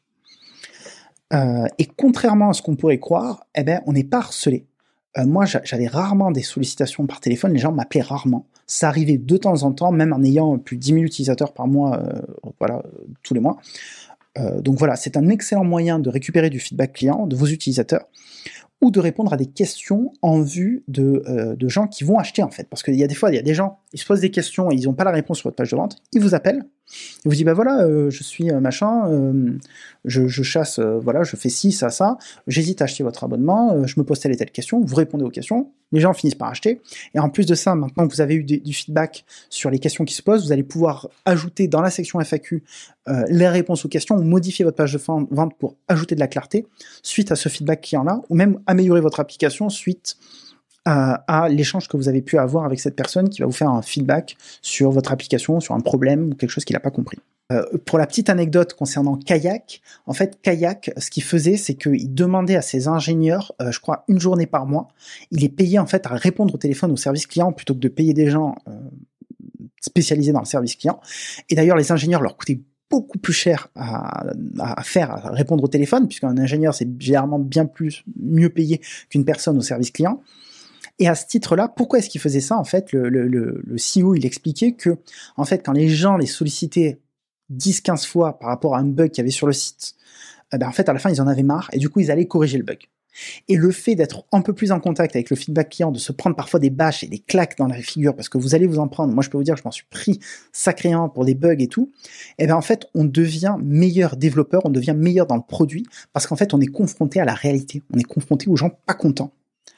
Euh, et contrairement à ce qu'on pourrait croire, eh ben, on n'est pas harcelé. Euh, moi, j'avais rarement des sollicitations par téléphone, les gens m'appelaient rarement. Ça arrivait de temps en temps, même en ayant plus de dix mille utilisateurs par mois, euh, voilà, euh, tous les mois. Euh, donc voilà, c'est un excellent moyen de récupérer du feedback client de vos utilisateurs, ou de répondre à des questions en vue de, euh, de gens qui vont acheter, en fait. Parce qu'il y a des fois, il y a des gens, ils se posent des questions et ils n'ont pas la réponse sur votre page de vente, ils vous appellent, ils vous disent, bah voilà, euh, je suis euh, machin, euh, je, je chasse, euh, voilà, je fais ci, ça, ça, j'hésite à acheter votre abonnement, euh, je me pose telle et telle question, vous répondez aux questions, les gens finissent par acheter, et en plus de ça, maintenant que vous avez eu du, du feedback sur les questions qui se posent, vous allez pouvoir ajouter dans la section F A Q euh, les réponses aux questions, ou modifier votre page de vente pour ajouter de la clarté suite à ce feedback client-là, ou même améliorer votre application suite à, à l'échange que vous avez pu avoir avec cette personne qui va vous faire un feedback sur votre application, sur un problème ou quelque chose qu'il n'a pas compris. Euh, pour la petite anecdote concernant Kayak, en fait, Kayak, ce qu'il faisait, c'est qu'il demandait à ses ingénieurs, euh, je crois, une journée par mois, il est payé en fait à répondre au téléphone au service client plutôt que de payer des gens euh, spécialisés dans le service client. Et d'ailleurs, les ingénieurs leur coûtaient beaucoup plus cher à, à faire, à répondre au téléphone, puisqu'un ingénieur, c'est généralement bien plus, mieux payé qu'une personne au service client. Et à ce titre-là, pourquoi est-ce qu'il faisait ça? En fait, le, le, le, le C E O, il expliquait que, en fait, quand les gens les sollicitaient dix quinze fois par rapport à un bug qu'il y avait sur le site, eh ben, en fait, à la fin, ils en avaient marre, et du coup, ils allaient corriger le bug. Et le fait d'être un peu plus en contact avec le feedback client, de se prendre parfois des bâches et des claques dans la figure, parce que vous allez vous en prendre, moi je peux vous dire que je m'en suis pris sacrément pour des bugs et tout, et bien en fait on devient meilleur développeur, on devient meilleur dans le produit, parce qu'en fait on est confronté à la réalité, on est confronté aux gens pas contents.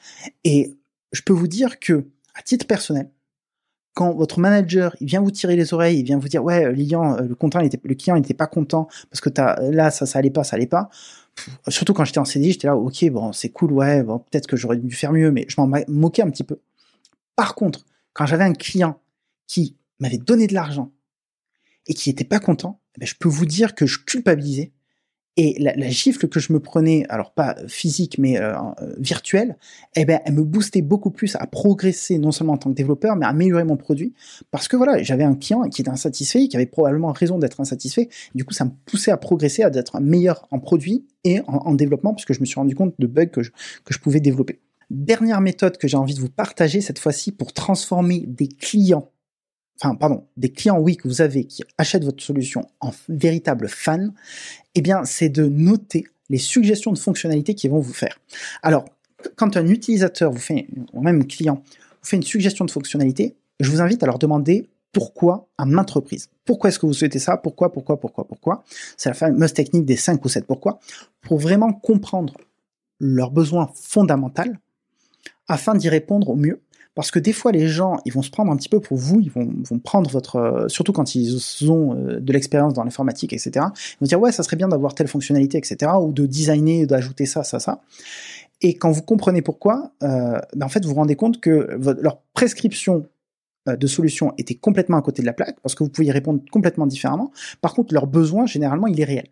Et je peux vous dire que, à titre personnel, quand votre manager il vient vous tirer les oreilles, il vient vous dire ouais Lilian, le, content, il était, le client n'était pas content parce que t'as, là ça ça allait pas, ça allait pas. Surtout quand j'étais en C D I, j'étais là, ok, bon, c'est cool, ouais, bon, peut-être que j'aurais dû faire mieux, mais je m'en moquais un petit peu. Par contre, quand j'avais un client qui m'avait donné de l'argent et qui était pas content, eh ben, je peux vous dire que je culpabilisais. Et la, la gifle que je me prenais, alors pas physique, mais euh, euh, virtuelle, eh ben, elle me boostait beaucoup plus à progresser, non seulement en tant que développeur, mais à améliorer mon produit. Parce que voilà, j'avais un client qui était insatisfait, qui avait probablement raison d'être insatisfait. Du coup, ça me poussait à progresser, à être meilleur en produit et en, en développement, puisque je me suis rendu compte de bugs que je, que je pouvais développer. Dernière méthode que j'ai envie de vous partager cette fois-ci pour transformer des clients Enfin, pardon, des clients, oui, que vous avez, qui achètent votre solution en véritables fans, eh bien, c'est de noter les suggestions de fonctionnalités qu'ils vont vous faire. Alors, quand un utilisateur vous fait, ou même un client, vous fait une suggestion de fonctionnalité, je vous invite à leur demander pourquoi à maintes reprises. Pourquoi est-ce que vous souhaitez ça? Pourquoi, pourquoi, pourquoi, pourquoi? C'est la fameuse technique des cinq ou sept pourquoi, pour vraiment comprendre leurs besoins fondamentaux afin d'y répondre au mieux. Parce que des fois, les gens, ils vont se prendre un petit peu pour vous, ils vont, vont prendre votre... Euh, surtout quand ils ont euh, de l'expérience dans l'informatique, et cetera. Ils vont dire, ouais, ça serait bien d'avoir telle fonctionnalité, et cetera. Ou de designer, d'ajouter ça, ça, ça. Et quand vous comprenez pourquoi, euh, ben en fait, vous vous rendez compte que votre, leur prescription euh, de solutions étaient complètement à côté de la plaque, parce que vous pouviez répondre complètement différemment. Par contre, leur besoin, généralement, il est réel.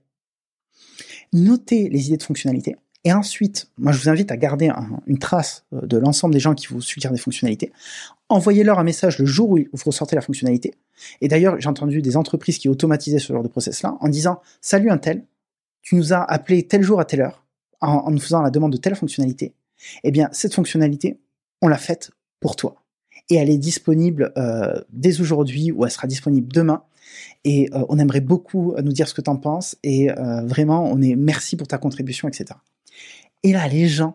Notez les idées de fonctionnalités. Et ensuite, moi je vous invite à garder un, une trace de l'ensemble des gens qui vous suggèrent des fonctionnalités. Envoyez-leur un message le jour où vous ressortez la fonctionnalité. Et d'ailleurs, j'ai entendu des entreprises qui automatisaient ce genre de process-là en disant « Salut un tel, tu nous as appelé tel jour à telle heure en, en nous faisant la demande de telle fonctionnalité. Eh bien, cette fonctionnalité, on l'a faite pour toi. Et elle est disponible euh, dès aujourd'hui ou elle sera disponible demain. Et euh, on aimerait beaucoup nous dire ce que tu en penses. Et euh, vraiment, on est merci pour ta contribution, et cetera » Et là, les gens,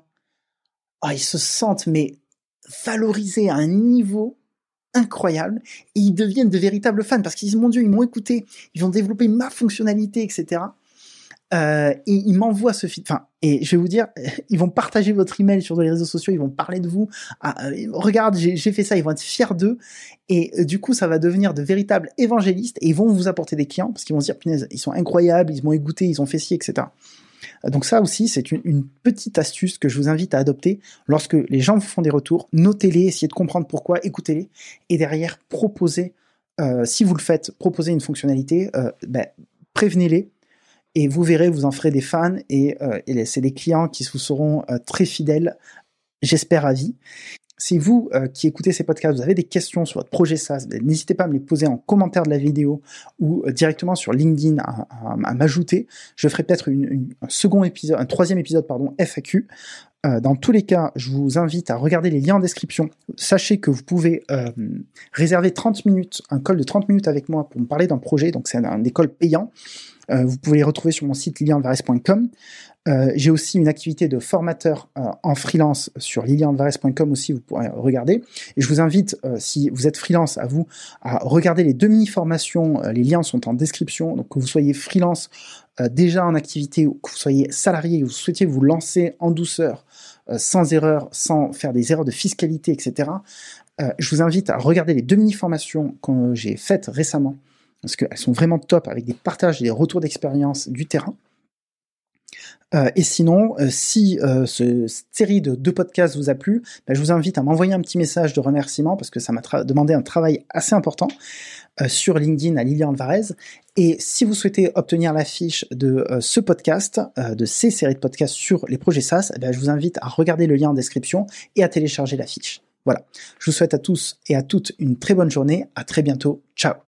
oh, ils se sentent mais valorisés à un niveau incroyable. Et ils deviennent de véritables fans parce qu'ils disent, mon Dieu, ils m'ont écouté, ils vont développer ma fonctionnalité, et cetera. Euh, et ils m'envoient ce feed. Enfin, et je vais vous dire, ils vont partager votre email sur les réseaux sociaux, ils vont parler de vous. Ah, euh, regarde, j'ai, j'ai fait ça, ils vont être fiers d'eux. Et euh, du coup, ça va devenir de véritables évangélistes et ils vont vous apporter des clients parce qu'ils vont se dire, punaise, ils sont incroyables, ils m'ont écouté, ils ont fait ci, et cetera. Donc ça aussi, c'est une, une petite astuce que je vous invite à adopter lorsque les gens vous font des retours. Notez-les, essayez de comprendre pourquoi, écoutez-les, et derrière, proposez, euh, si vous le faites, proposez une fonctionnalité, euh, ben, prévenez-les, et vous verrez, vous en ferez des fans, et, euh, et c'est des clients qui vous seront euh, très fidèles, j'espère à vie. Si vous euh, qui écoutez ces podcasts, vous avez des questions sur votre projet SaaS, n'hésitez pas à me les poser en commentaire de la vidéo ou euh, directement sur LinkedIn à, à, à m'ajouter. Je ferai peut-être une, une, un second épisode, un troisième épisode, pardon, F A Q. Euh, dans tous les cas, je vous invite à regarder les liens en description. Sachez que vous pouvez euh, réserver trente minutes, un call de trente minutes avec moi pour me parler d'un projet. Donc c'est un, un des calls payants. Euh, vous pouvez les retrouver sur mon site lilian alvarez point com. Euh, j'ai aussi une activité de formateur euh, en freelance sur lilian alvarez point com aussi, vous pourrez regarder. Et je vous invite, euh, si vous êtes freelance, à vous à regarder les deux mini-formations. Euh, les liens sont en description. Donc que vous soyez freelance euh, déjà en activité ou que vous soyez salarié et que vous souhaitiez vous lancer en douceur, euh, sans erreur, sans faire des erreurs de fiscalité, et cetera. Euh, je vous invite à regarder les deux mini-formations que j'ai faites récemment parce qu'elles sont vraiment top avec des partages et des retours d'expérience du terrain. Euh, et sinon, euh, si euh, ce, cette série de deux podcasts vous a plu, ben, je vous invite à m'envoyer un petit message de remerciement parce que ça m'a tra- demandé un travail assez important euh, sur LinkedIn à Lilian Alvarez. Et si vous souhaitez obtenir la fiche de euh, ce podcast, euh, de ces séries de podcasts sur les projets SaaS, ben, je vous invite à regarder le lien en description et à télécharger la fiche. Voilà. Je vous souhaite à tous et à toutes une très bonne journée. À très bientôt. Ciao.